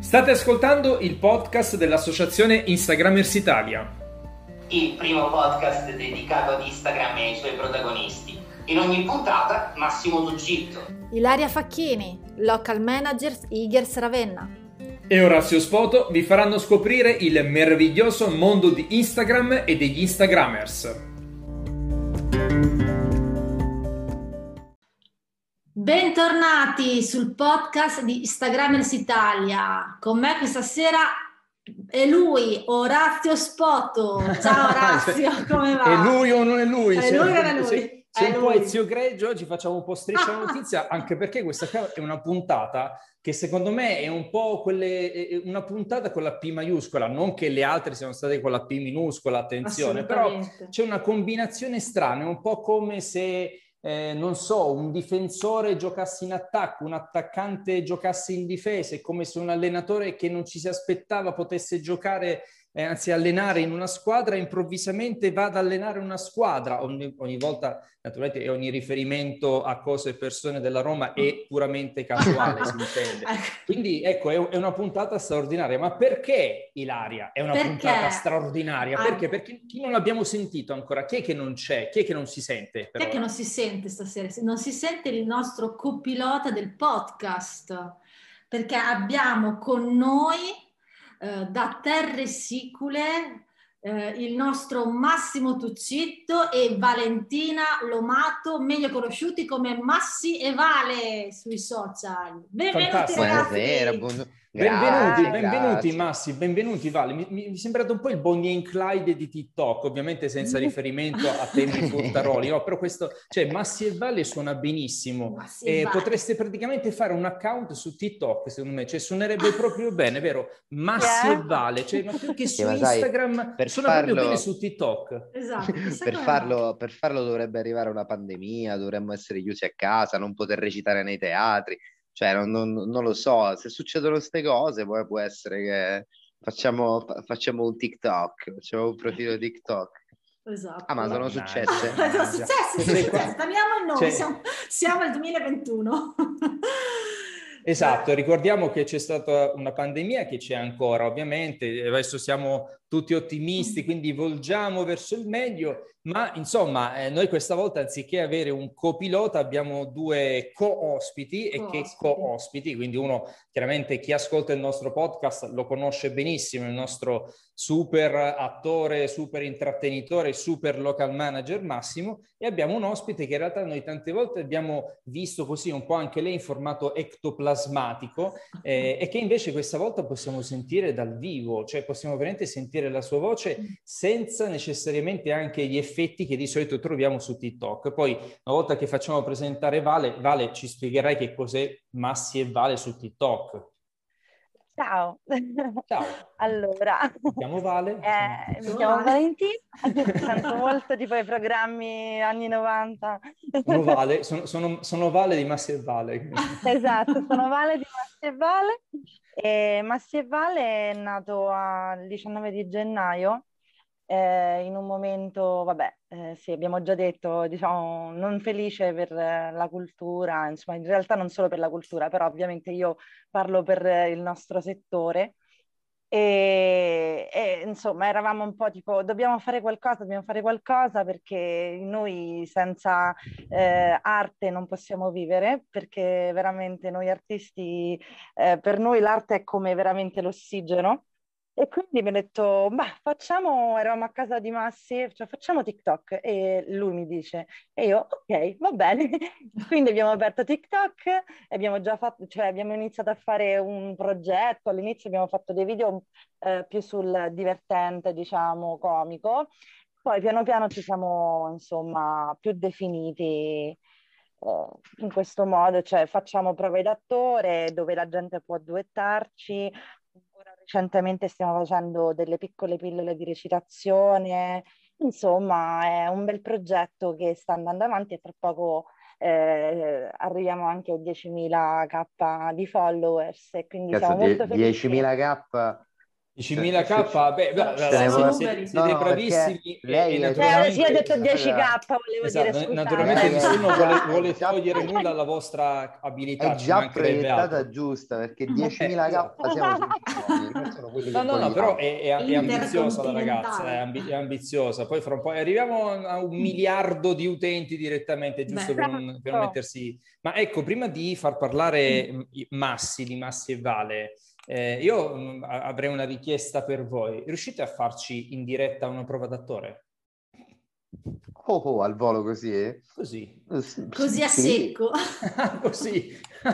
State ascoltando il podcast dell'associazione Instagrammers Italia. Il primo podcast dedicato ad Instagram e ai suoi protagonisti. In ogni puntata Massimo Tuccitto, Ilaria Facchini, Local Manager Igers Ravenna e Orazio Spoto vi faranno scoprire il meraviglioso mondo di Instagram e degli Instagrammers. Bentornati sul podcast di Instagrammers Italia. Con me questa sera è lui, Orazio Spoto. Ciao Orazio, come va? È lui o non è lui? È lui o non è lui? Sei un po' Ezio Greggio, oggi facciamo un po' striscia la notizia, anche perché questa qua è una puntata che secondo me è un po' una puntata con la P maiuscola, non che le altre siano state con la P minuscola, attenzione, però c'è una combinazione strana, è un po' come se... non so, un difensore giocasse in attacco, un attaccante giocasse in difesa, è come se un allenatore che non ci si aspettava potesse giocare, anzi allenare in una squadra, improvvisamente va ad allenare una squadra. Ogni volta, naturalmente, ogni riferimento a cose e persone della Roma è puramente casuale, si intende. Quindi ecco, è una puntata straordinaria. Ma perché, Ilaria, è una puntata straordinaria? Perché? Perché chi non l'abbiamo sentito ancora? Chi è che non c'è? Chi è che non si sente? Chi è che non si sente stasera? Non si sente il nostro copilota del podcast, perché abbiamo con noi da Terre Sicule il nostro Massimo Tuccitto e Valentina Lomato, meglio conosciuti come Massi e Vale sui social. Benvenuti ragazzi! Buonasera, benvenuti Massi, benvenuti Vale. Mi è sembrato un po' il Bonnie and Clyde di TikTok, ovviamente senza riferimento a tempi Furtaroli, no? Però questo, cioè Massi e Vale suona benissimo. Potreste praticamente fare un account su TikTok, secondo me, cioè suonerebbe proprio bene, vero? Massi e Vale, cioè ma più che su Instagram, suona proprio bene su TikTok. Esatto. Per farlo dovrebbe arrivare una pandemia, dovremmo essere chiusi a casa, non poter recitare nei teatri. Cioè, non lo so, se succedono queste cose, poi può essere che facciamo un TikTok, facciamo un profilo TikTok. Esatto. Ma sono successe? Sono successe. Parliamo noi, siamo nel 2021. Esatto, ricordiamo che c'è stata una pandemia, che c'è ancora ovviamente, adesso siamo tutti ottimisti, quindi volgiamo verso il meglio, ma insomma noi questa volta anziché avere un copilota abbiamo due co-ospiti e che co-ospiti, quindi uno chiaramente chi ascolta il nostro podcast lo conosce benissimo, il nostro super attore, super intrattenitore, super local manager Massimo, e abbiamo un ospite che in realtà noi tante volte abbiamo visto così un po' anche lei in formato ectoplasmatico e che invece questa volta possiamo sentire dal vivo, cioè possiamo veramente sentire la sua voce senza necessariamente anche gli effetti che di solito troviamo su TikTok. Poi una volta che facciamo presentare Vale ci spiegherai che cos'è Massi e Vale su TikTok. Ciao. Ciao. Allora, mi chiamo Vale. Mi chiamo Valentina, sento molto tipo i programmi anni 90. Sono Vale, sono Vale di Massi e Vale. Esatto, sono Vale di Massi e Vale. E Massi e Vale è nato il 19 di gennaio, in un momento, sì, abbiamo già detto, diciamo, non felice per la cultura, insomma, in realtà non solo per la cultura, però ovviamente io parlo per il nostro settore. E insomma eravamo un po' tipo dobbiamo fare qualcosa perché noi senza arte non possiamo vivere, perché veramente noi artisti, per noi l'arte è come veramente l'ossigeno. E quindi mi ha detto, eravamo a casa di Massi, cioè facciamo TikTok, e lui mi dice, e io, ok, va bene. Quindi abbiamo aperto TikTok, e abbiamo già fatto, cioè abbiamo iniziato a fare un progetto, all'inizio abbiamo fatto dei video più sul divertente, diciamo, comico, poi piano piano ci siamo, insomma, più definiti in questo modo, cioè facciamo prove d'attore dove la gente può duettarci. Ora recentemente stiamo facendo delle piccole pillole di recitazione, insomma è un bel progetto che sta andando avanti e tra poco arriviamo anche a 10.000 K di followers e quindi siamo molto felici. 10.000 K 10.000K, beh, Se ne vuole- numeri. siete No, bravissimi perché lei è- sì, ho naturalmente, detto 10K, volevo esatto, dire, scusate. naturalmente Lei nessuno è già- vuole è già- togliere nulla alla vostra è abilità, ci già mancherebbe proiettata altro. giusta, perché 10.000K Esatto. siamo tutti noi, non sono quelli che No, però vogliamo. è ambiziosa la ragazza, Intercontinentale. è ambiziosa. Poi fra un po' arriviamo a 1 miliardo di utenti direttamente, giusto Beh. per non mettersi... Ma ecco, prima di far parlare di Massi e Vale, io avrei una richiesta per voi. Riuscite a farci in diretta una prova d'attore? Oh, al volo così, eh? Così. Così a Sì, secco. Così.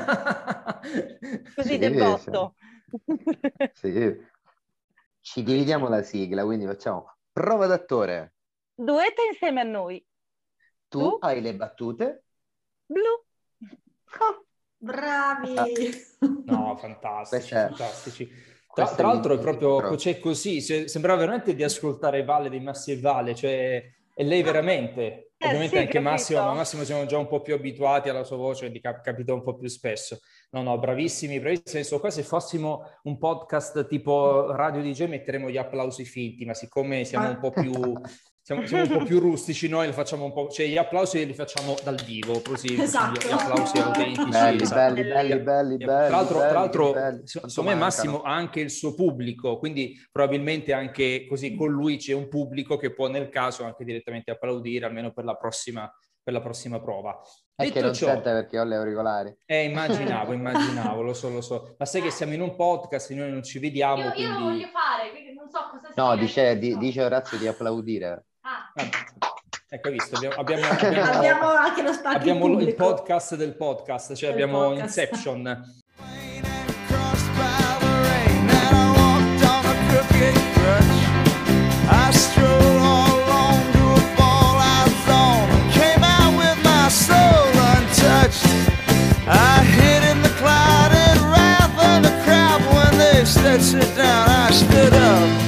Così sì, del botto. sì. Ci dividiamo la sigla, quindi facciamo prova d'attore. Duetta insieme a noi. Tu Tu? hai le battute. Blu. Bravi. No, fantastici, Questa è- fantastici. questo Tra è l'altro è proprio l'intro. c'è così, sembrava veramente di ascoltare Vale dei Massi e Vale, cioè è lei veramente. Ovviamente Sì, anche Massimo, ma capito. Massimo siamo già un po' più abituati alla sua voce, quindi capita un po' più spesso. No, bravissimi, bravissimi. Qua se fossimo un podcast tipo Radio DJ metteremo gli applausi finti, ma siccome siamo un po' più... Siamo un po' più rustici, noi li facciamo un po', cioè gli applausi li facciamo dal vivo, così facciamo Esatto. gli applausi autentici. Belli, esatto. belli. Tra l'altro, Che belli. secondo me Massimo ha anche il suo pubblico, quindi probabilmente anche così con lui c'è un pubblico che può nel caso anche direttamente applaudire, almeno per la prossima prova. È che Detto non ciò, sente perché ho le auricolari. immaginavo, lo so. Ma sai che siamo in un podcast, noi non ci vediamo, Io quindi... lo voglio fare, quindi non so cosa No, sia. dice Orazio di applaudire. Ah. Ecco, hai visto? Abbiamo anche lo spazio abbiamo il pubblico. podcast del podcast, cioè Del abbiamo podcast. Inception. Crossed by the rain, and I walked on a crooked crutch. I strolled all along to a fallout zone and came out with my soul untouched. I hid in the clouded wrath of the crowd when they said sit down. I stood up.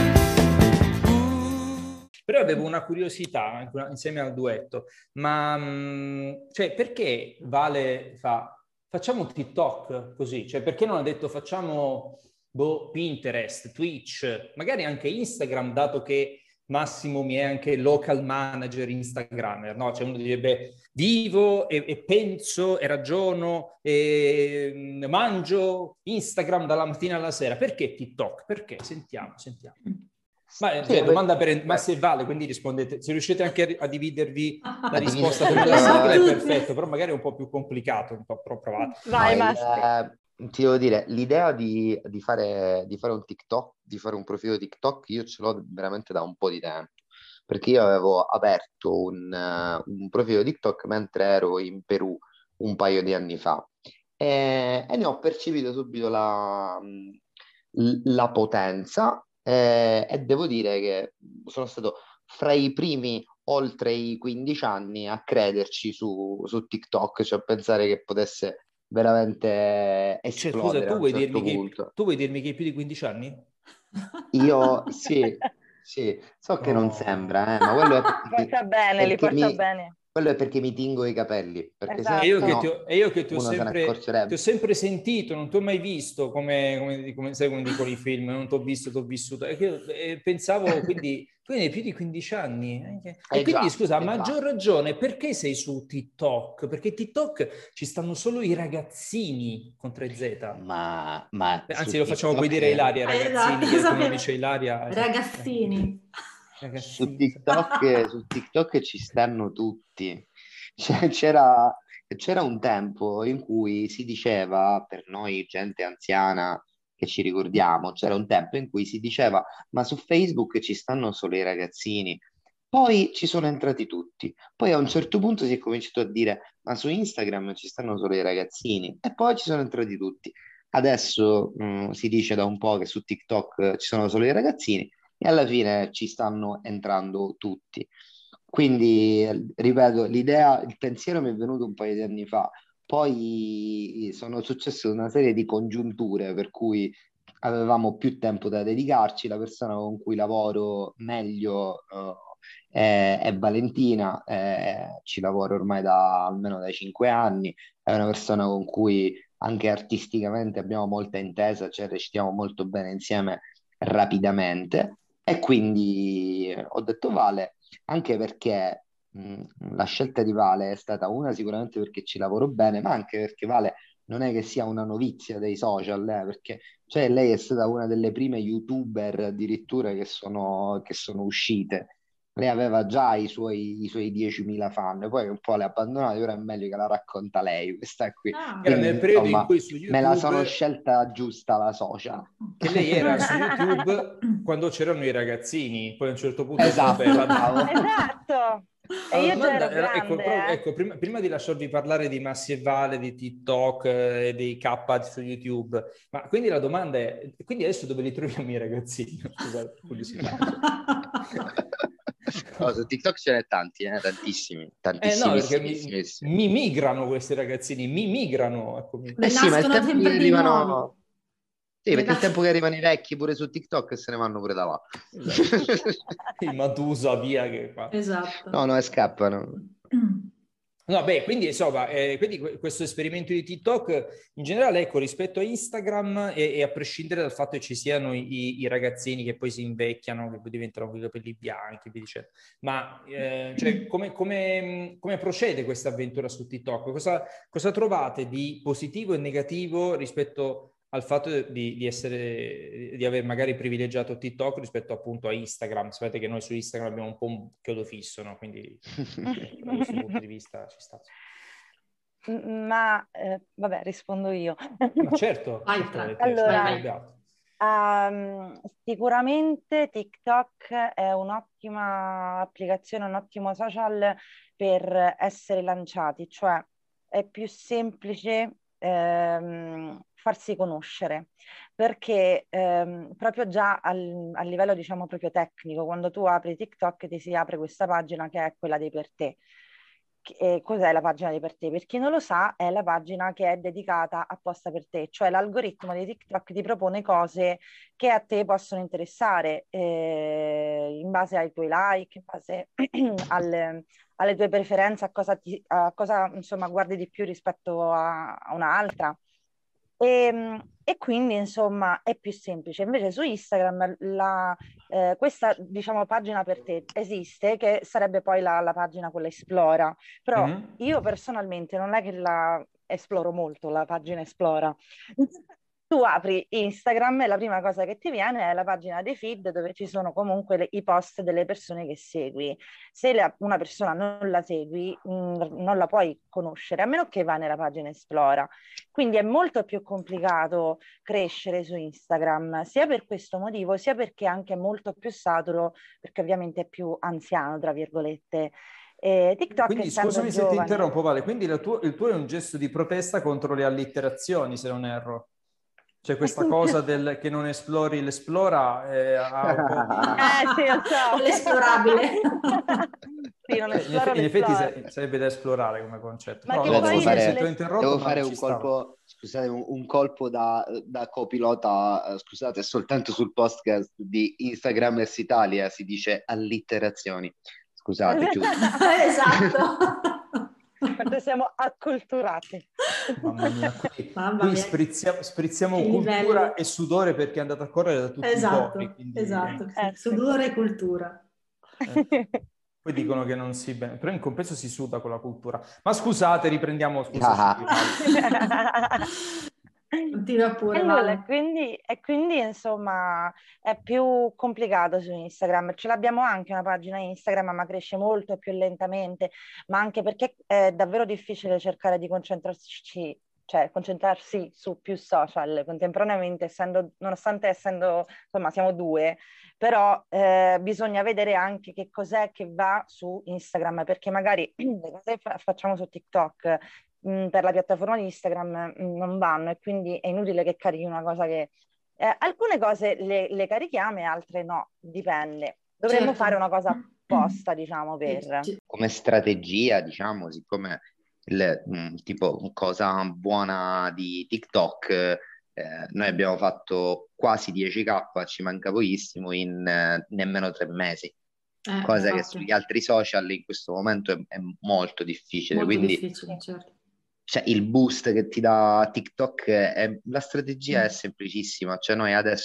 Però avevo una curiosità insieme al duetto, ma cioè, perché Vale facciamo TikTok così? Cioè, perché non ha detto facciamo Pinterest, Twitch, magari anche Instagram, dato che Massimo mi è anche local manager Instagrammer, no? Cioè uno direbbe vivo e penso e ragiono e mangio Instagram dalla mattina alla sera. Perché TikTok? Perché? Sentiamo. Ma Sì, domanda per Massi e Vale, quindi rispondete, se riuscite anche a dividervi la A risposta dividervi come la le sigla è battute. perfetto, però magari è un po' più complicato, un po' provato. Vai, No, Massi. ti devo dire, l'idea di fare un TikTok, di fare un profilo TikTok, io ce l'ho veramente da un po' di tempo, perché io avevo aperto un profilo TikTok mentre ero in Perù un paio di anni fa e ne ho percepito subito la potenza e devo dire che sono stato fra i primi oltre i 15 anni a crederci su TikTok, cioè a pensare che potesse veramente Cioè, scusa, esplodere a un certo punto. tu vuoi dirmi che hai più di 15 anni? Io sì, so che non No. sembra, ma quello è Porta bene, li perché porta bene. quello è perché mi tingo i capelli, perché Esatto. E io se che, no ti ho uno se ne sempre, accorgerebbe. sentito, non ti ho mai visto, sai come dicono i film, non ti ho visto, ti ho vissuto. Pensavo, quindi hai più di 15 anni. E quindi, Già, scusa, a già. maggior ragione, perché sei su TikTok? Perché TikTok ci stanno solo i ragazzini con 3Z. Ma Anzi, su lo facciamo poi TikTok- dire Ilaria, ragazzini, che come sapevo. dice Ilaria. Ragazzini. Su Ragazzini. TikTok ci stanno tutti. Cioè, c'era un tempo in cui si diceva, per noi gente anziana che ci ricordiamo, c'era un tempo in cui si diceva, ma su Facebook ci stanno solo i ragazzini. Poi ci sono entrati tutti. Poi a un certo punto si è cominciato a dire, ma su Instagram ci stanno solo i ragazzini. E poi ci sono entrati tutti. Adesso si dice da un po' che su TikTok ci sono solo i ragazzini e alla fine ci stanno entrando tutti. Quindi, ripeto, il pensiero mi è venuto un paio di anni fa, poi sono successe una serie di congiunture per cui avevamo più tempo da dedicarci, la persona con cui lavoro meglio è Valentina, ci lavoro ormai almeno dai 5 anni, è una persona con cui anche artisticamente abbiamo molta intesa, cioè recitiamo molto bene insieme rapidamente e quindi ho detto Vale, anche perché la scelta di Vale è stata una sicuramente perché ci lavoro bene, ma anche perché Vale non è che sia una novizia dei social, perché cioè, lei è stata una delle prime YouTuber addirittura che sono uscite. Lei aveva già i suoi 10.000 fan, poi un po' le ha abbandonate, ora è meglio che la racconta lei, questa qui. Ah, Era Quindi, nel periodo in insomma, cui su me la sono YouTube, scelta giusta la social. che lei era su YouTube quando c'erano i ragazzini, poi a un certo punto dice, Esatto, vabbè, bravo. Esatto. Ma E la io già domanda ero era, ecco, grande, ecco, prima di lasciarvi parlare di Massi e Vale, di TikTok e dei K su YouTube, ma quindi la domanda è, quindi adesso dove li troviamo i ragazzini? Scusate, per curiosità. Oh, su TikTok ce n'è tanti, tantissimi, No, perché tantissimissimissimi. mi migrano questi ragazzini, mi migrano. Ecco, Ne Sì, ma il nascono tempo che sempre di nuovi. arrivano... Sì, perché il tempo che arrivano i vecchi pure su TikTok e se ne vanno pure da là. il Matusa, via che fa. Esatto. No, e scappano. No, beh, quindi insomma, quindi questo esperimento di TikTok in generale, ecco, rispetto a Instagram e a prescindere dal fatto che ci siano i ragazzini che poi si invecchiano, che poi diventano con i capelli bianchi, vi dicendo. Ma cioè, come procede questa avventura su TikTok? Cosa trovate di positivo e negativo rispetto al fatto di aver magari privilegiato TikTok rispetto appunto a Instagram? Sapete che noi su Instagram abbiamo un po' un chiodo fisso, no? Quindi da questo punto di vista ci sta. Ma vabbè, rispondo io. Ma certo, Vai, certo, Fra. Allora, sicuramente TikTok è un'ottima applicazione, un ottimo social per essere lanciati, cioè è più semplice farsi conoscere, perché proprio già a livello diciamo proprio tecnico, quando tu apri TikTok ti si apre questa pagina che è quella dei per te. Cos'è la pagina dei per te? Per chi non lo sa, è la pagina che è dedicata apposta per te, cioè l'algoritmo di TikTok ti propone cose che a te possono interessare in base ai tuoi like, in base alle tue preferenze, a cosa insomma guardi di più rispetto a un'altra. E quindi insomma è più semplice. Invece su Instagram questa diciamo pagina per te esiste, che sarebbe poi la pagina quella Esplora, però Mhm. io personalmente non è che la esploro molto, la pagina Esplora. Tu apri Instagram e la prima cosa che ti viene è la pagina dei feed dove ci sono comunque i post delle persone che segui. Se una persona non la segui, non la puoi conoscere, a meno che va nella pagina Esplora. Quindi è molto più complicato crescere su Instagram, sia per questo motivo, sia perché anche è molto più saturo, perché ovviamente è più anziano, tra virgolette. TikTok, Quindi essendo scusami se ti giovane, interrompo, Vale, quindi il tuo è un gesto di protesta contro le allitterazioni, se non erro. C'è questa cosa che non esplori l'esplora, ha un po' di... sì, lo so. L'esplorabile. Sì, non In esploro effetti l'esplora. sarebbe da esplorare come concetto. Ma Però che no, Devo poi scusami se fare, ti ho interrotto, devo ma fare ci un stava. colpo, scusate, un colpo da copilota, scusate, soltanto sul podcast di Instagram S Italia si dice allitterazioni. Scusate, chiudo. Esatto. Quanto siamo acculturati. Mamma mia, qui, Mamma qui mia, sprizziamo che cultura livelli. e sudore perché è andato a correre da tutti i pori. Esatto, Quindi, esatto. Sì. Sì. Sudore e cultura. eh. Poi dicono che non si bene, però in compenso si suda con la cultura. Ma scusate, riprendiamo, scusa. Continua E pure, nulla, Vale. quindi, insomma è più complicato su Instagram. Ce l'abbiamo anche una pagina Instagram, ma cresce molto più lentamente, ma anche perché è davvero difficile cercare di concentrarsi su più social contemporaneamente, nonostante essendo, insomma, siamo due, però bisogna vedere anche che cos'è che va su Instagram, perché magari le cose che facciamo su TikTok per la piattaforma di Instagram non vanno, e quindi è inutile che carichi una cosa che... alcune cose le carichiamo e altre no, dipende. Dovremmo Certo. fare una cosa apposta, diciamo, per... Come strategia, diciamo, siccome tipo cosa buona di TikTok, noi abbiamo fatto quasi 10K, ci manca pochissimo in nemmeno 3 mesi, cosa che Infatti, sugli altri social in questo momento è molto difficile, molto quindi difficile, certo. cioè, il boost che ti dà TikTok, la strategia è semplicissima, cioè noi adesso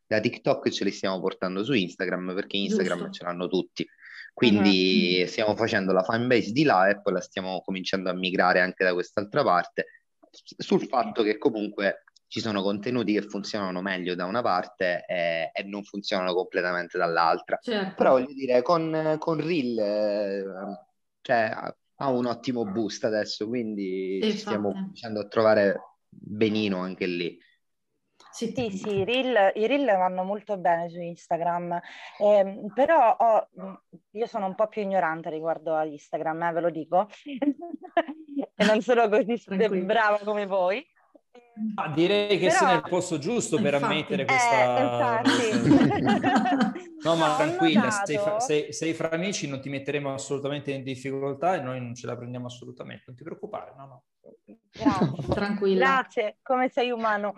da TikTok ce li stiamo portando su Instagram perché Instagram Giusto. ce l'hanno tutti. Mhm. Quindi stiamo facendo la fanbase di là e poi la stiamo cominciando a migrare anche da quest'altra parte, sul fatto che comunque ci sono contenuti che funzionano meglio da una parte e non funzionano completamente dall'altra. Certo. Però voglio dire, con Reel cioè, ha un ottimo boost adesso, quindi Sì, ci stiamo infatti. cominciando a trovare benino anche lì. Sì, Sì, sì, i reel vanno molto bene su Instagram. Però io sono un po' più ignorante riguardo a Instagram, ve lo dico, e non sono così tranquillo. brava come voi. Ah, direi che sei Però, nel posto giusto per ammettere Infatti. questa... infatti, No, ma no, ho tranquilla, notato. sei fra amici, non ti metteremo assolutamente in difficoltà e noi non ce la prendiamo assolutamente, non ti preoccupare, no, no. Grazie, Tranquilla. grazie, come sei umano.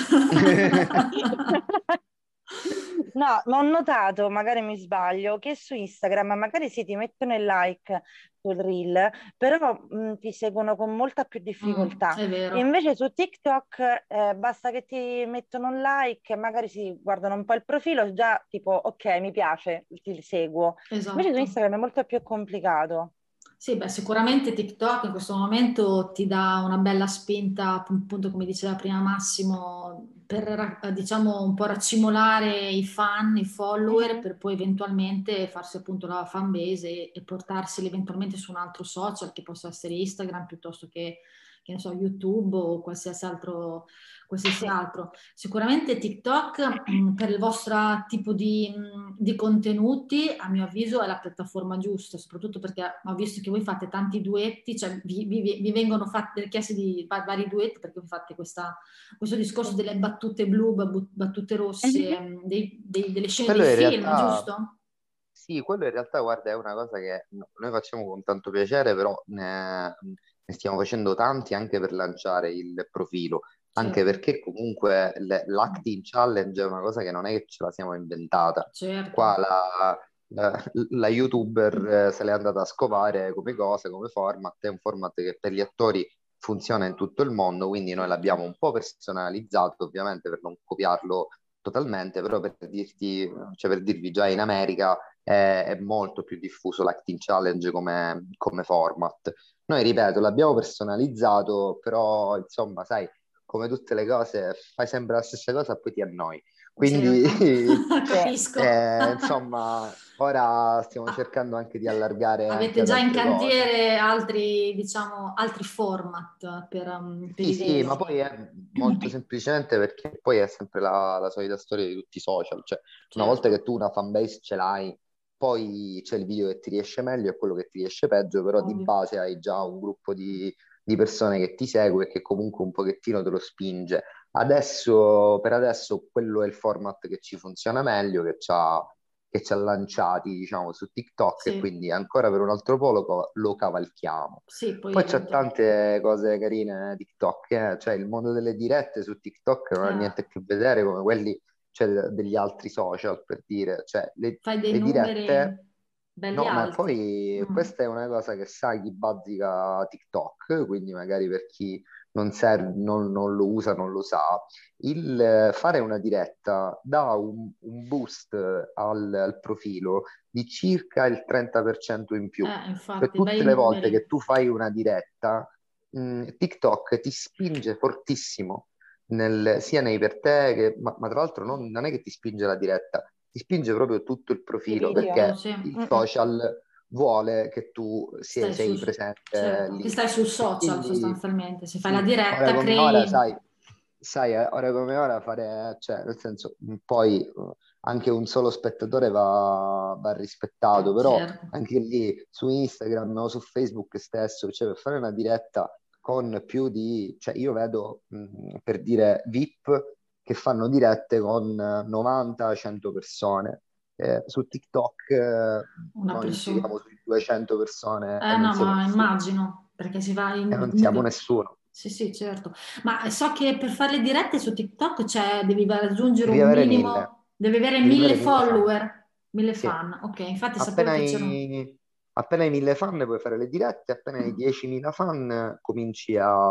No, ma ho notato, magari mi sbaglio, che su Instagram magari sì, ti mettono il like sul reel, però ti seguono con molta più difficoltà. È vero. Invece su TikTok basta che ti mettono un like, magari si guardano un po' il profilo, già tipo ok, mi piace, ti seguo. Invece su Esatto. Instagram è molto più complicato. Sì, beh, sicuramente TikTok in questo momento ti dà una bella spinta, appunto come diceva prima Massimo, per diciamo un po' raccimolare i fan, i follower, Mhm. per poi eventualmente farsi appunto la fan base e portarseli eventualmente su un altro social che possa essere Instagram piuttosto che ne so, YouTube o qualsiasi Sì. altro. Sicuramente TikTok per il vostro tipo di contenuti, a mio avviso, è la piattaforma giusta, soprattutto perché ho visto che voi fate tanti duetti, cioè vi vengono fatte richieste di vari duetti perché voi fate questo discorso delle battute blu, battute rosse, Mhm. delle scene dei Quello in film, realtà, giusto? sì, quello in realtà, guarda, è una cosa che noi facciamo con tanto piacere, però ne stiamo facendo tanti anche per lanciare il profilo, anche Certo, perché comunque l'acting challenge è una cosa che non è che ce la siamo inventata. certo. Qua la YouTuber se l'è andata a scovare come cosa, come format, è un format che per gli attori funziona in tutto il mondo, quindi noi Certo. l'abbiamo un po' personalizzato, ovviamente per non copiarlo totalmente, però per dirti, cioè per dirvi già in America è molto più diffuso l'Acting Challenge come format. Noi, ripeto, l'abbiamo personalizzato, però insomma, sai, come tutte le cose, fai sempre la stessa cosa e poi ti annoi. Quindi, Certo, Sì. capisco. insomma, ora stiamo Ah, cercando anche di allargare anche avete ad già in altre cose. cantiere altri, diciamo, altri format per Sì, i sì, ma video. poi è molto semplicemente perché poi è sempre la solita storia di tutti i social, cioè una volta che Certo, tu una fanbase ce l'hai, poi c'è il video che ti riesce meglio e quello che ti riesce peggio, però di ovvio. base hai già un gruppo di persone che ti segue e che comunque un pochettino te lo spinge. Adesso, per adesso, quello è il format che ci funziona meglio, che ci ha lanciati, diciamo, su TikTok e Sì, quindi ancora per un altro po' lo cavalchiamo. sì, poi Poi c'è eventualmente. tante cose carine TikTok, cioè il mondo delle dirette su TikTok non ha niente a che vedere come quelli, cioè, degli altri social, per dire, cioè Fai dei le numeri dirette, belli no, ma alti. poi Mm. questa è una cosa che sa chi bazzica TikTok, quindi magari per chi non lo usa, non lo sa, il fare una diretta dà un boost al profilo di circa il 30% in più. Per Infatti, bei tutte le volte che numeri. tu fai una diretta, TikTok ti spinge fortissimo sia nei per te ma tra l'altro non è che ti spinge la diretta, ti spinge proprio tutto il I profilo video. Tutto, perché sì. il Mm-mm. social vuole che tu Stai su, sei presente certo, che lì. stai sul E social quindi sostanzialmente. Se fai la sì, ora diretta, come ora, crei. sai, ora come ora fare, cioè, nel senso, poi anche un solo spettatore va rispettato, però Certo. anche lì su Instagram o su Facebook stesso, cioè per fare una diretta con più di, cioè io vedo per dire VIP che fanno dirette con 90-100 persone. Su TikTok Una noi persona. giriamo sui 200 persone e non No, siamo ma nessuno. immagino, perché si va E in... non siamo nessuno. Sì, sì, certo. Ma so che per fare le dirette su TikTok devi raggiungere Devi un avere 1000, minimo, devi avere devi 1000 avere 1000 fan. follower, 1000 Sì. fan. Ok, infatti sapevo Appena che c'erano... hai, appena hai 1000 fan puoi fare le dirette, appena hai Mm. 10.000 fan cominci a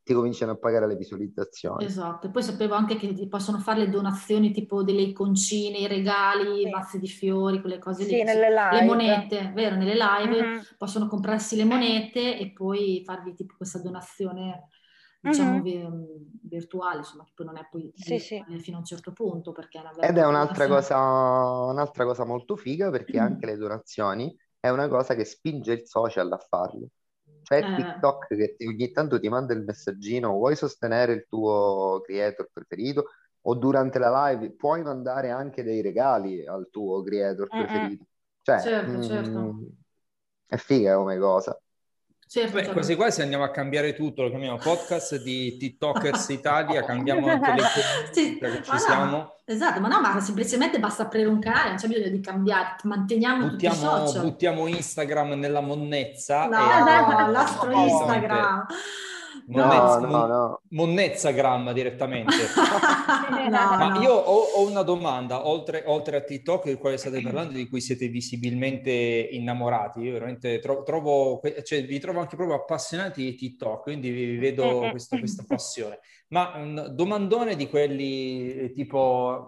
ti cominciano a pagare le visualizzazioni. Esatto, e poi sapevo anche che ti possono fare le donazioni tipo delle iconcine, i regali, Sì. mazzi di fiori, quelle cose Sì, lì. nelle Le live. monete, vero? Nelle live Mhm. possono comprarsi le monete e poi farvi tipo questa donazione, diciamo, virtuale, insomma, che poi non è poi Sì, sì. virtuale fino a un certo punto, perché è una vera e Ed è propria un'altra cosa molto figa, perché anche le donazioni è una cosa che spinge il social a farlo. Cioè TikTok che ogni tanto ti manda il messaggino, vuoi sostenere il tuo creator preferito? O durante la live puoi mandare anche dei regali al tuo creator preferito. Cioè, Certo, certo. è figa come cosa. Certo, Beh, certo. quasi quasi andiamo a cambiare tutto, lo chiamiamo podcast di TikTokers Italia, cambiamo anche le Sì, comunità che ci ma siamo. no, esatto, ma no, ma semplicemente basta aprire un canale, non c'è bisogno di cambiare, manteniamo tutti i social. Buttiamo Instagram nella monnezza No, e l'astro direttamente Instagram. No, No. no. Monnezzagram direttamente. No, Ma no. io ho una domanda, oltre a TikTok, del quale state parlando, di cui siete visibilmente innamorati. Io veramente vi trovo anche proprio appassionati di TikTok, quindi vi vedo questa passione. Ma un domandone di quelli tipo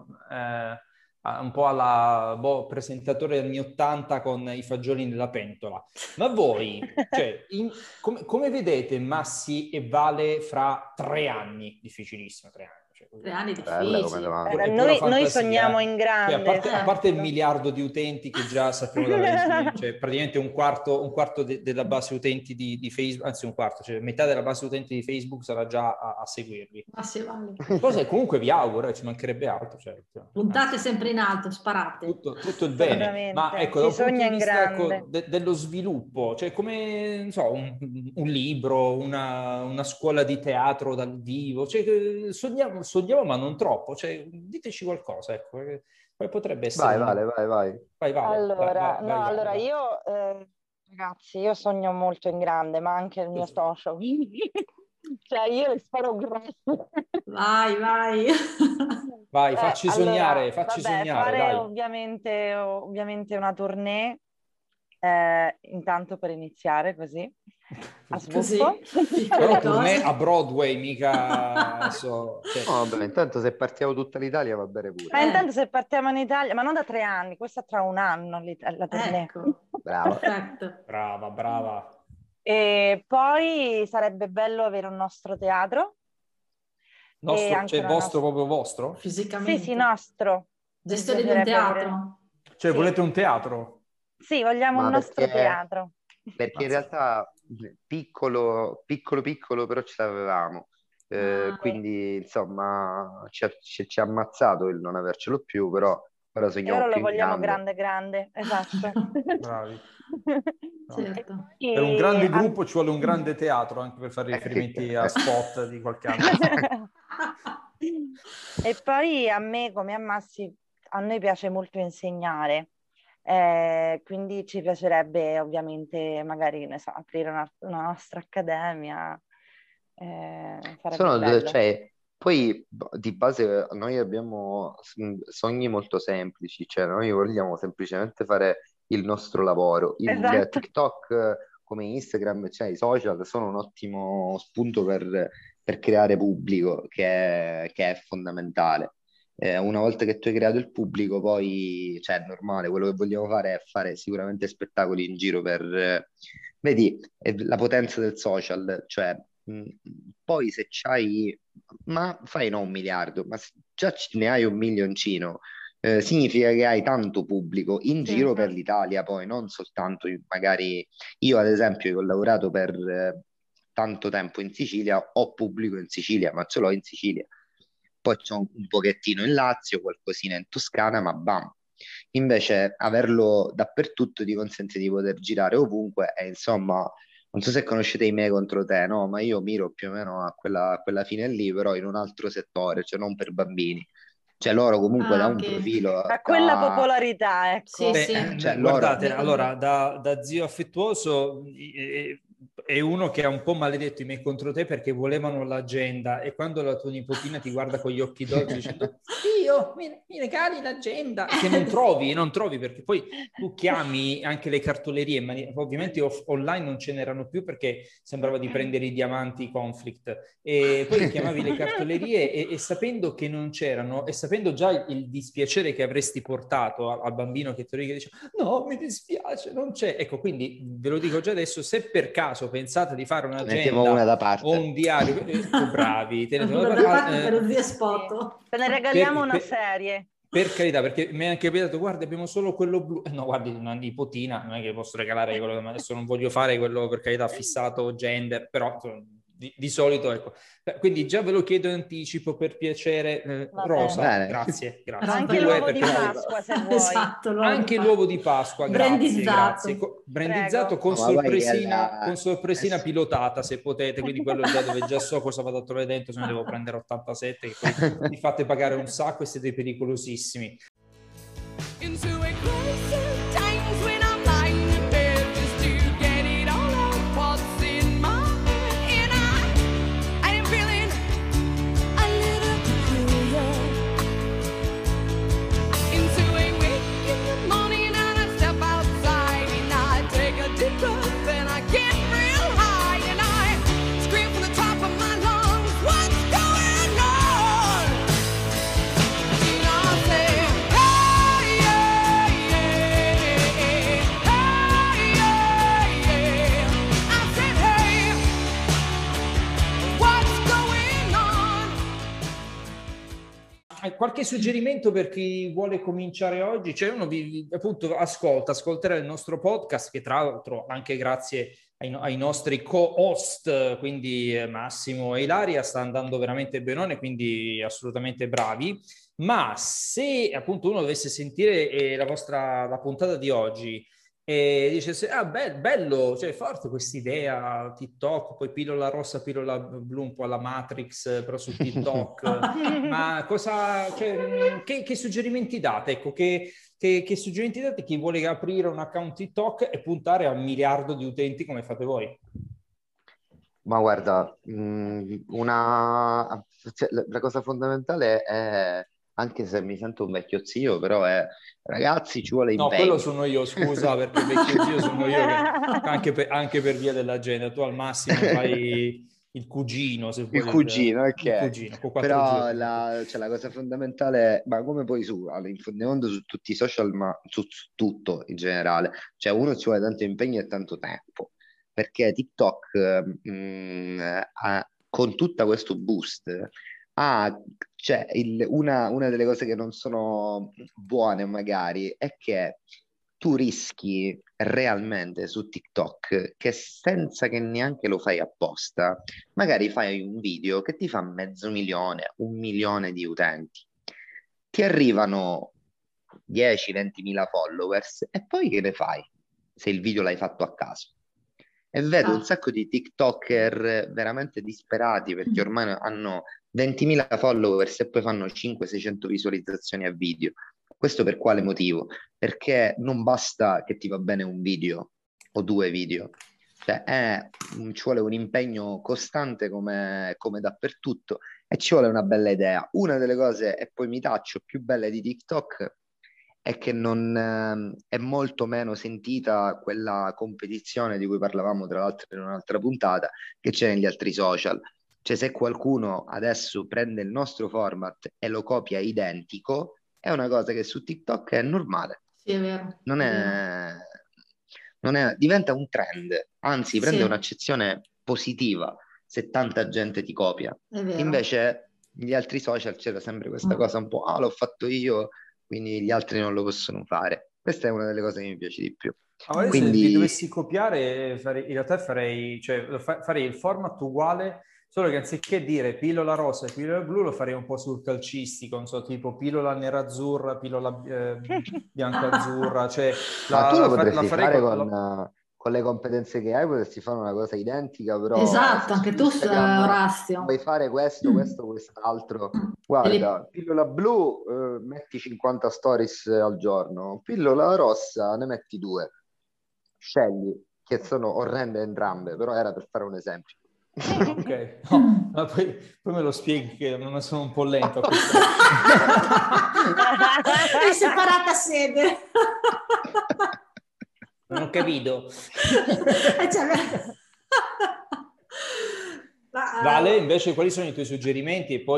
un po' alla presentatore anni 80 con i fagioli nella pentola. Ma voi, cioè, come vedete Massi e Vale fra 3 anni? Difficilissimo, 3 anni. Cioè, 3 anni Bella come difficili. domanda. è pura Noi fantasia, sogniamo in Cioè, grande. a parte il certo. miliardo di utenti che già sappiamo dalla esistenza, cioè praticamente un quarto della base utenti di Facebook, anzi un quarto, cioè metà della base utenti di Facebook sarà già a seguirvi. Ma se vale. Cosa comunque vi auguro, ci mancherebbe altro. Certo. Puntate sempre in alto, sparate. Tutto il bene, Assolutamente. ma ecco, Si da un punto sogna di in vista grande. dello sviluppo, cioè come, non so, un libro, una scuola di teatro dal vivo, cioè, sogniamo ma non troppo, cioè, diteci qualcosa, ecco, quale potrebbe essere Vai, una... vai. Vai, Vale, Allora, vai, Vale, allora vai. io, ragazzi, io sogno molto in grande, ma anche il mio socio, quindi cioè io le spero grosse. Vai. Vai, facci Allora, sognare, fare dai. ovviamente una tournée, intanto per iniziare così, a Così, sbuffo. piccole Tournée cose. a Broadway, mica... cioè, No, vabbè, intanto se partiamo tutta l'Italia va bene pure. Ma intanto se partiamo in Italia, ma non da 3 anni, questa tra un anno la tournée. Ecco, Brava. perfetto. brava. E poi sarebbe bello avere un nostro teatro. E anche Cioè una vostro, nostra... proprio vostro? Fisicamente. Sì, nostro. Gestione di un Piacerebbe teatro. avere- Cioè Sì. volete un teatro? Sì, vogliamo un Ma nostro teatro. perché in realtà piccolo, però ce l'avevamo. Quindi insomma ci ha ammazzato il non avercelo più, però ora E sogniamo ora lo più in vogliamo grande. grande, esatto. Bravi. No. Certo. Per un grande gruppo ci vuole un grande teatro, anche per fare riferimenti a spot di qualche anno fa. E poi a me, come a Massi, a noi piace molto insegnare, quindi ci piacerebbe ovviamente magari, ne so, aprire una nostra accademia, sarebbe bello. Cioè, poi di base noi abbiamo sogni molto semplici, cioè noi vogliamo semplicemente fare il nostro lavoro. Esatto. TikTok come Instagram, cioè i social sono un ottimo spunto per creare pubblico, che è fondamentale. Una volta che tu hai creato il pubblico, poi, cioè, è normale, quello che vogliamo fare è fare sicuramente spettacoli in giro vedi, è la potenza del social, cioè, poi se c'hai, ma fai non 1 miliardo, ma se già ne hai 1 milioncino, significa che hai tanto pubblico in giro per l'Italia, poi non soltanto magari io ad esempio che ho lavorato per tanto tempo in Sicilia, ho pubblico in Sicilia, ma ce l'ho in Sicilia. Poi c'ho un pochettino in Lazio, qualcosina in Toscana, ma bam. Invece averlo dappertutto ti consente di poter girare ovunque e insomma, non so se conoscete i Me contro te, no? Ma io miro più o meno a quella fine lì, però in un altro settore, cioè non per bambini. Cioè loro comunque da un profilo... A quella popolarità, ecco. Sì, sì. Cioè, Guardate, loro- allora, da zio affettuoso, è uno che ha un po' maledetto i miei contro te perché volevano l'agenda, e quando la tua nipotina ti guarda con gli occhi dolci dicendo io mi regali l'agenda, che non trovi perché poi tu chiami anche le cartolerie, ma ovviamente online non ce n'erano più perché sembrava di prendere i diamanti Conflict, e poi chiamavi le cartolerie e sapendo che non c'erano, e sapendo già il dispiacere che avresti portato al bambino che ti dice no, mi dispiace, non c'è. Ecco, quindi ve lo dico già adesso, se per caso pensate di fare Mettiamo una da un'agenda parte. o un diario, bravi, tenete una Da da parte parte, per lo zio Spotto. Te ne regaliamo una per- serie. per carità, perché mi è anche capitato, guarda, abbiamo solo quello blu. No, guardi, una nipotina, non è che posso regalare quello, ma adesso non voglio fare quello, per carità, fissato, gender, però insomma, di solito, ecco. Quindi già ve lo chiedo in anticipo, per piacere, Va Rosa, bene. grazie. Anche Due, l'uovo di perché- Pasqua, se vuoi. Esatto, anche l'uovo di Pasqua, Brandizzato. grazie. Brandizzato con No, ma poi con sorpresina pilotata, se potete, quindi quello già dove già so cosa vado a trovare dentro, se ne devo prendere 87, che poi mi fate pagare un sacco e siete pericolosissimi. Into a crisis times when I'm lying in bed just to get it all out what's in my head, and I am feeling a little peculiar. Into a wake in the morning and I step outside and I take a deep breath and I get real high and I scream from the top of my lungs, what's going on? And I say, hey, yeah, yeah, hey, yeah, yeah. I said, hey, what's going on? Hai qualche suggerimento per chi vuole cominciare oggi? Cioè uno appunto ascolterà il nostro podcast, che tra l'altro anche grazie ai nostri co-host, quindi Massimo e Ilaria, sta andando veramente benone, quindi assolutamente bravi. Ma se appunto uno dovesse sentire la puntata di oggi e dice bello, cioè forte quest'idea, TikTok, poi pillola rossa, pillola blu, un po' alla Matrix, però su TikTok, ma che suggerimenti date? Ecco, che suggerimenti date a chi vuole aprire un account TikTok e puntare a 1 miliardo di utenti come fate voi? Ma guarda, cioè, la cosa fondamentale è, anche se mi sento un vecchio zio, però è, ragazzi, ci vuole No, impegno. quello sono io, scusa, perché vecchio zio sono io, che anche per via dell'agenda. Tu al massimo fai il cugino, se vuoi. Il cugino, ok. Il cugino, con 4 Però giorni. la cosa fondamentale, ma come poi in fondo su tutti i social, ma su tutto in generale, cioè uno ci vuole tanto impegno e tanto tempo, perché TikTok con tutto questo boost cioè una delle cose che non sono buone magari è che tu rischi realmente su TikTok che, senza che neanche lo fai apposta, magari fai un video che ti fa 500.000, 1 milione di utenti, ti arrivano 10-20 mila followers e poi che ne fai se il video l'hai fatto a caso? E vedo un sacco di TikToker veramente disperati perché ormai hanno 20.000 followers e poi fanno 500-600 visualizzazioni a video. Questo per quale motivo? Perché non basta che ti va bene un video o 2 video, cioè ci vuole un impegno costante come dappertutto, e ci vuole una bella idea. Una delle cose, e poi mi taccio, più belle di TikTok è che è molto meno sentita quella competizione di cui parlavamo tra l'altro in un'altra puntata che c'è negli altri social. Cioè, se qualcuno adesso prende il nostro format e lo copia identico, è una cosa che su TikTok è normale. Sì, è vero. Diventa un trend, anzi prende Sì. un'accezione positiva se tanta gente ti copia. È vero. Invece negli altri social c'era sempre questa cosa un po', l'ho fatto io, quindi gli altri non lo possono fare. Questa è una delle cose che mi piace di più. Allora, Quindi se vi dovessi copiare, in realtà farei il format uguale, solo che anziché dire pillola rossa e pillola blu, lo farei un po' sul calcistico, non so, tipo pillola nerazzurra, pillola bianca-azzurra. Cioè, ma tu lo la potresti farei fare con le competenze che hai, potresti fare una cosa identica, però Esatto, anche tu, Instagram Orazio. vuoi fare questo, quest'altro. Guarda, pillola blu, metti 50 stories al giorno, pillola rossa, ne metti 2. Scegli. che sono orrende entrambe, però era per fare un esempio. Ok, no, ma poi me lo spieghi che non sono un po' lento a questo. È separata sede. Non ho capito. Vale, invece, quali sono i tuoi suggerimenti? E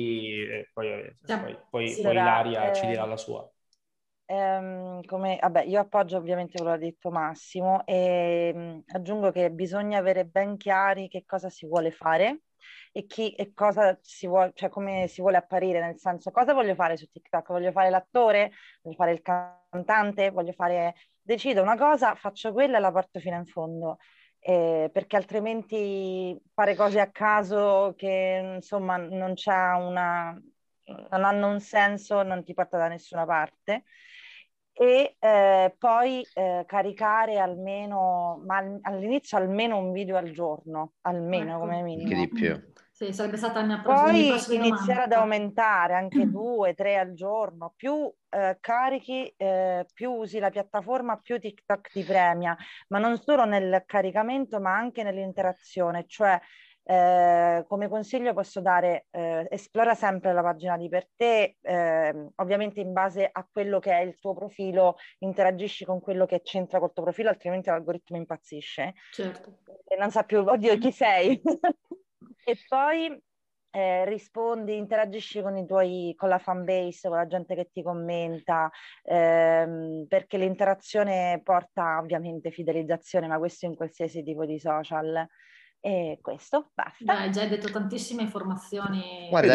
poi Ilaria ci dirà la sua. Vabbè, io appoggio ovviamente quello che ha detto Massimo e aggiungo che bisogna avere ben chiari che cosa si vuole fare e cosa si vuole, cioè come si vuole apparire, nel senso cosa voglio fare su TikTok, voglio fare l'attore, voglio fare il cantante, decido una cosa, faccio quella e la porto fino in fondo. Perché altrimenti fare cose a caso che insomma non hanno un senso, non ti porta da nessuna parte. E poi caricare almeno, all'inizio almeno un video al giorno, almeno come minimo. Anche di più. Sì, sarebbe stata la mia Poi prossima iniziare ad domanda. aumentare anche 2, 3 al giorno, più carichi, più usi la piattaforma, più TikTok ti premia, ma non solo nel caricamento, ma anche nell'interazione, cioè come consiglio posso dare, esplora sempre la pagina di per te, ovviamente in base a quello che è il tuo profilo, interagisci con quello che c'entra col tuo profilo, altrimenti l'algoritmo impazzisce. Certo. E non sa più, oddio, chi sei? E poi rispondi, interagisci con la fan base, con la gente che ti commenta, perché l'interazione porta ovviamente fidelizzazione, ma questo in qualsiasi tipo di social. E questo, basta. Hai già detto tantissime informazioni. Guarda,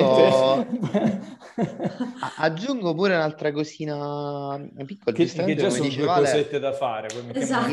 aggiungo pure un'altra cosina piccola, che giustamente già come sono dice due Vale. cosette da fare. Esatto.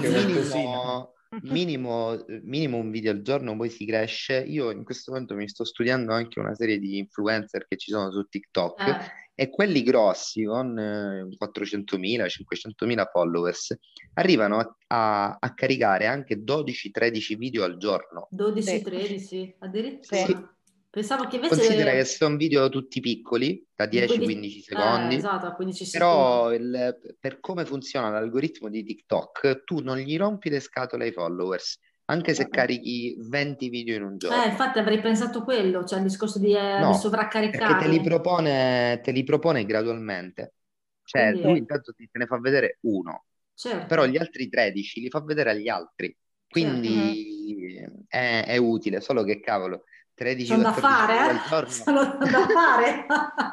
Il minimo un video al giorno, poi si cresce. Io in questo momento mi sto studiando anche una serie di influencer che ci sono su TikTok e quelli grossi con 400.000, 500.000 followers arrivano a caricare anche 12-13 video al giorno. 12-13, addirittura. Sì. Pensavo che invece... Considera che sono video tutti piccoli, da 10-15 secondi, esatto, 15 però secondi. per come funziona l'algoritmo di TikTok, tu non gli rompi le scatole ai followers, anche se carichi 20 video in un giorno. Infatti avrei pensato quello, cioè il discorso di No, sovraccaricarli. perché te li propone gradualmente. Cioè, Quindi... lui intanto te ne fa vedere uno, certo. però gli altri 13 li fa vedere agli altri. Quindi è utile, solo che cavolo, 13 sono da fare, al giorno. Sono da fare.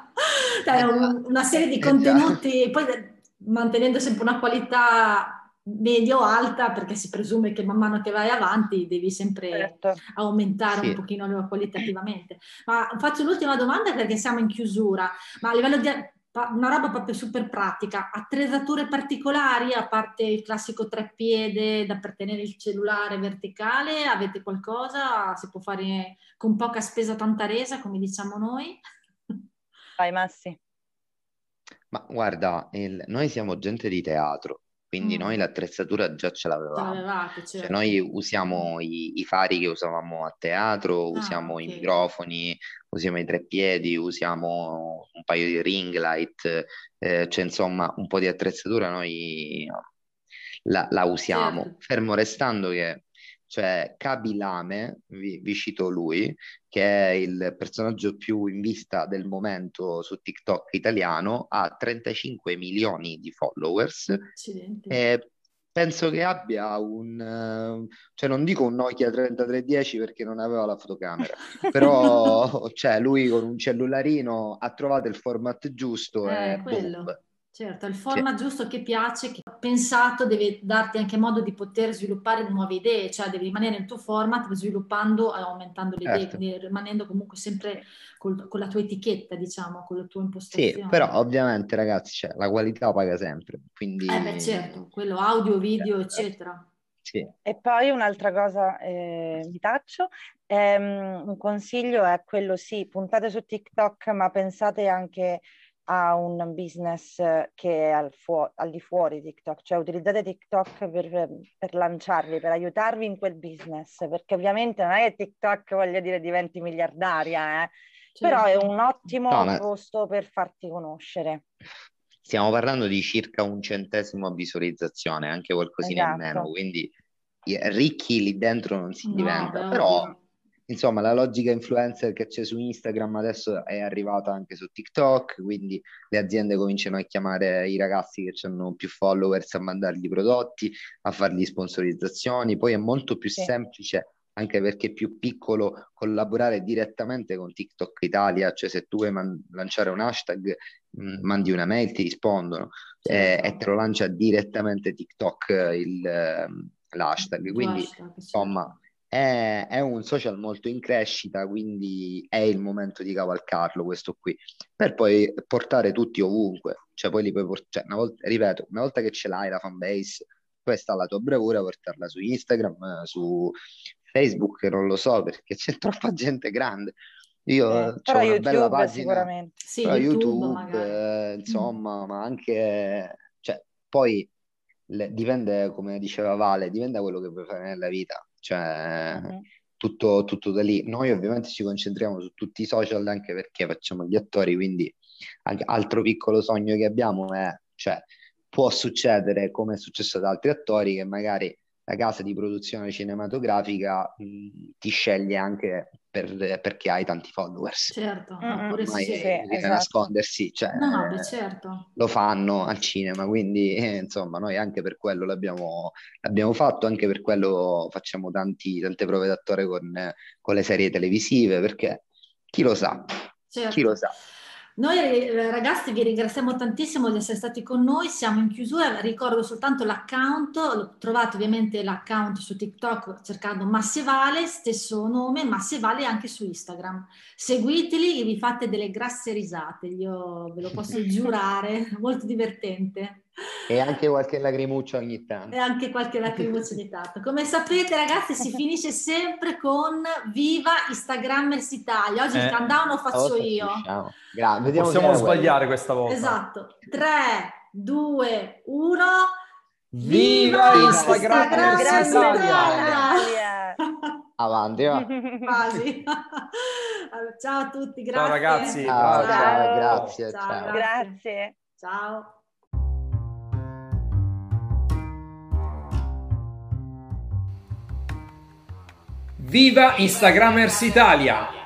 Una serie di contenuti, poi mantenendo sempre una qualità medio-alta, perché si presume che man mano che vai avanti devi sempre aumentare un pochino qualitativamente. Ma faccio l'ultima domanda perché siamo in chiusura, ma a livello di una roba proprio super pratica, attrezzature particolari, a parte il classico treppiede per tenere il cellulare verticale, avete qualcosa? Si può fare con poca spesa tanta resa, come diciamo noi? Vai Massi. Ma guarda, noi siamo gente di teatro, quindi noi l'attrezzatura già ce l'avevamo. Certo. Cioè, noi usiamo i fari che usavamo a teatro, usiamo i microfoni, usiamo i treppiedi, usiamo un paio di ring light, cioè insomma un po' di attrezzatura noi la usiamo, fermo restando che cioè Kabilame, vi cito lui, che è il personaggio più in vista del momento su TikTok italiano, ha 35 milioni di followers. E penso che abbia cioè non dico un Nokia 3310 perché non aveva la fotocamera, però cioè, lui con un cellularino ha trovato il format giusto e quello. boom. Certo, il format giusto che piace, che pensato, deve darti anche modo di poter sviluppare nuove idee, cioè devi rimanere nel tuo format sviluppando e aumentando le idee, quindi rimanendo comunque sempre con la tua etichetta, diciamo, con la tua impostazione. Sì, però ovviamente ragazzi, la qualità paga sempre, quindi... certo, quello audio, video, eccetera. Sì. E poi un'altra cosa vi taccio, un consiglio è quello sì, puntate su TikTok, ma pensate anche a un business che è al di fuori TikTok, cioè utilizzate TikTok per lanciarvi, per aiutarvi in quel business, perché ovviamente non è che TikTok, voglio dire, diventi miliardaria, però è un ottimo posto per farti conoscere. Stiamo parlando di circa 1 centesimo a visualizzazione, anche qualcosina in meno, quindi ricchi lì dentro non si No, diventa, beh, però ovvio. insomma la logica influencer che c'è su Instagram adesso è arrivata anche su TikTok, quindi le aziende cominciano a chiamare i ragazzi che hanno più followers a mandargli prodotti, a fargli sponsorizzazioni, poi è molto più Sì, semplice anche perché è più piccolo collaborare direttamente con TikTok Italia, cioè se tu vuoi lanciare un hashtag, mandi una mail, ti rispondono e te Certo, lo lancia direttamente TikTok l'hashtag, il tuo quindi hashtag, insomma certo. è un social molto in crescita, quindi è il momento di cavalcarlo questo qui, per poi portare tutti ovunque, cioè poi li puoi cioè, una volta, ripeto, una volta che ce l'hai la fanbase, questa è la tua bravura, portarla su Instagram, su Facebook, non lo so, perché c'è troppa gente grande. Io ho però una bella YouTube pagina, sicuramente. Sì, però YouTube magari. YouTube, Mm. insomma, ma anche, cioè, poi dipende, come diceva Vale, dipende da quello che vuoi fare nella vita, cioè Mhm. tutto da lì. Noi ovviamente ci concentriamo su tutti i social anche perché facciamo gli attori, quindi anche altro piccolo sogno che abbiamo è, cioè, può succedere come è successo ad altri attori che magari la casa di produzione cinematografica ti sceglie anche perché hai tanti followers. Certo, no, Mm-mm. pure Ormai sì. Sì, è inutile esatto. nascondersi, cioè, No, no, beh, certo. lo fanno al cinema, quindi insomma noi anche per quello l'abbiamo fatto, anche per quello facciamo tante prove d'attore con le serie televisive, perché chi lo sa, chi lo Certo. sa. Noi ragazzi vi ringraziamo tantissimo di essere stati con noi, siamo in chiusura, ricordo soltanto l'account, trovate ovviamente l'account su TikTok cercando Massevale, stesso nome, Massevale anche su Instagram. Seguiteli e vi fate delle grasse risate, io ve lo posso giurare, molto divertente. E anche qualche lagrimuccia ogni E tanto. anche qualche lacrimuccia ogni tanto. Come sapete, ragazzi, si finisce sempre con Viva Instagrammers Italia. Oggi il countdown lo faccio Stavolta ci io. riusciamo. Vediamo se Possiamo era quello. sbagliare questa volta. Esatto. 3, 2, 1. Viva Viva Viva Instagrammers Instagrammers Instagram Italia! Italia! Italia! Avanti, va. Quasi. Ciao a tutti, Ciao grazie. ragazzi, Ciao, ciao, Ciao. grazie, Ciao, ciao. grazie. Grazie. Ciao. Viva Instagrammers Italia!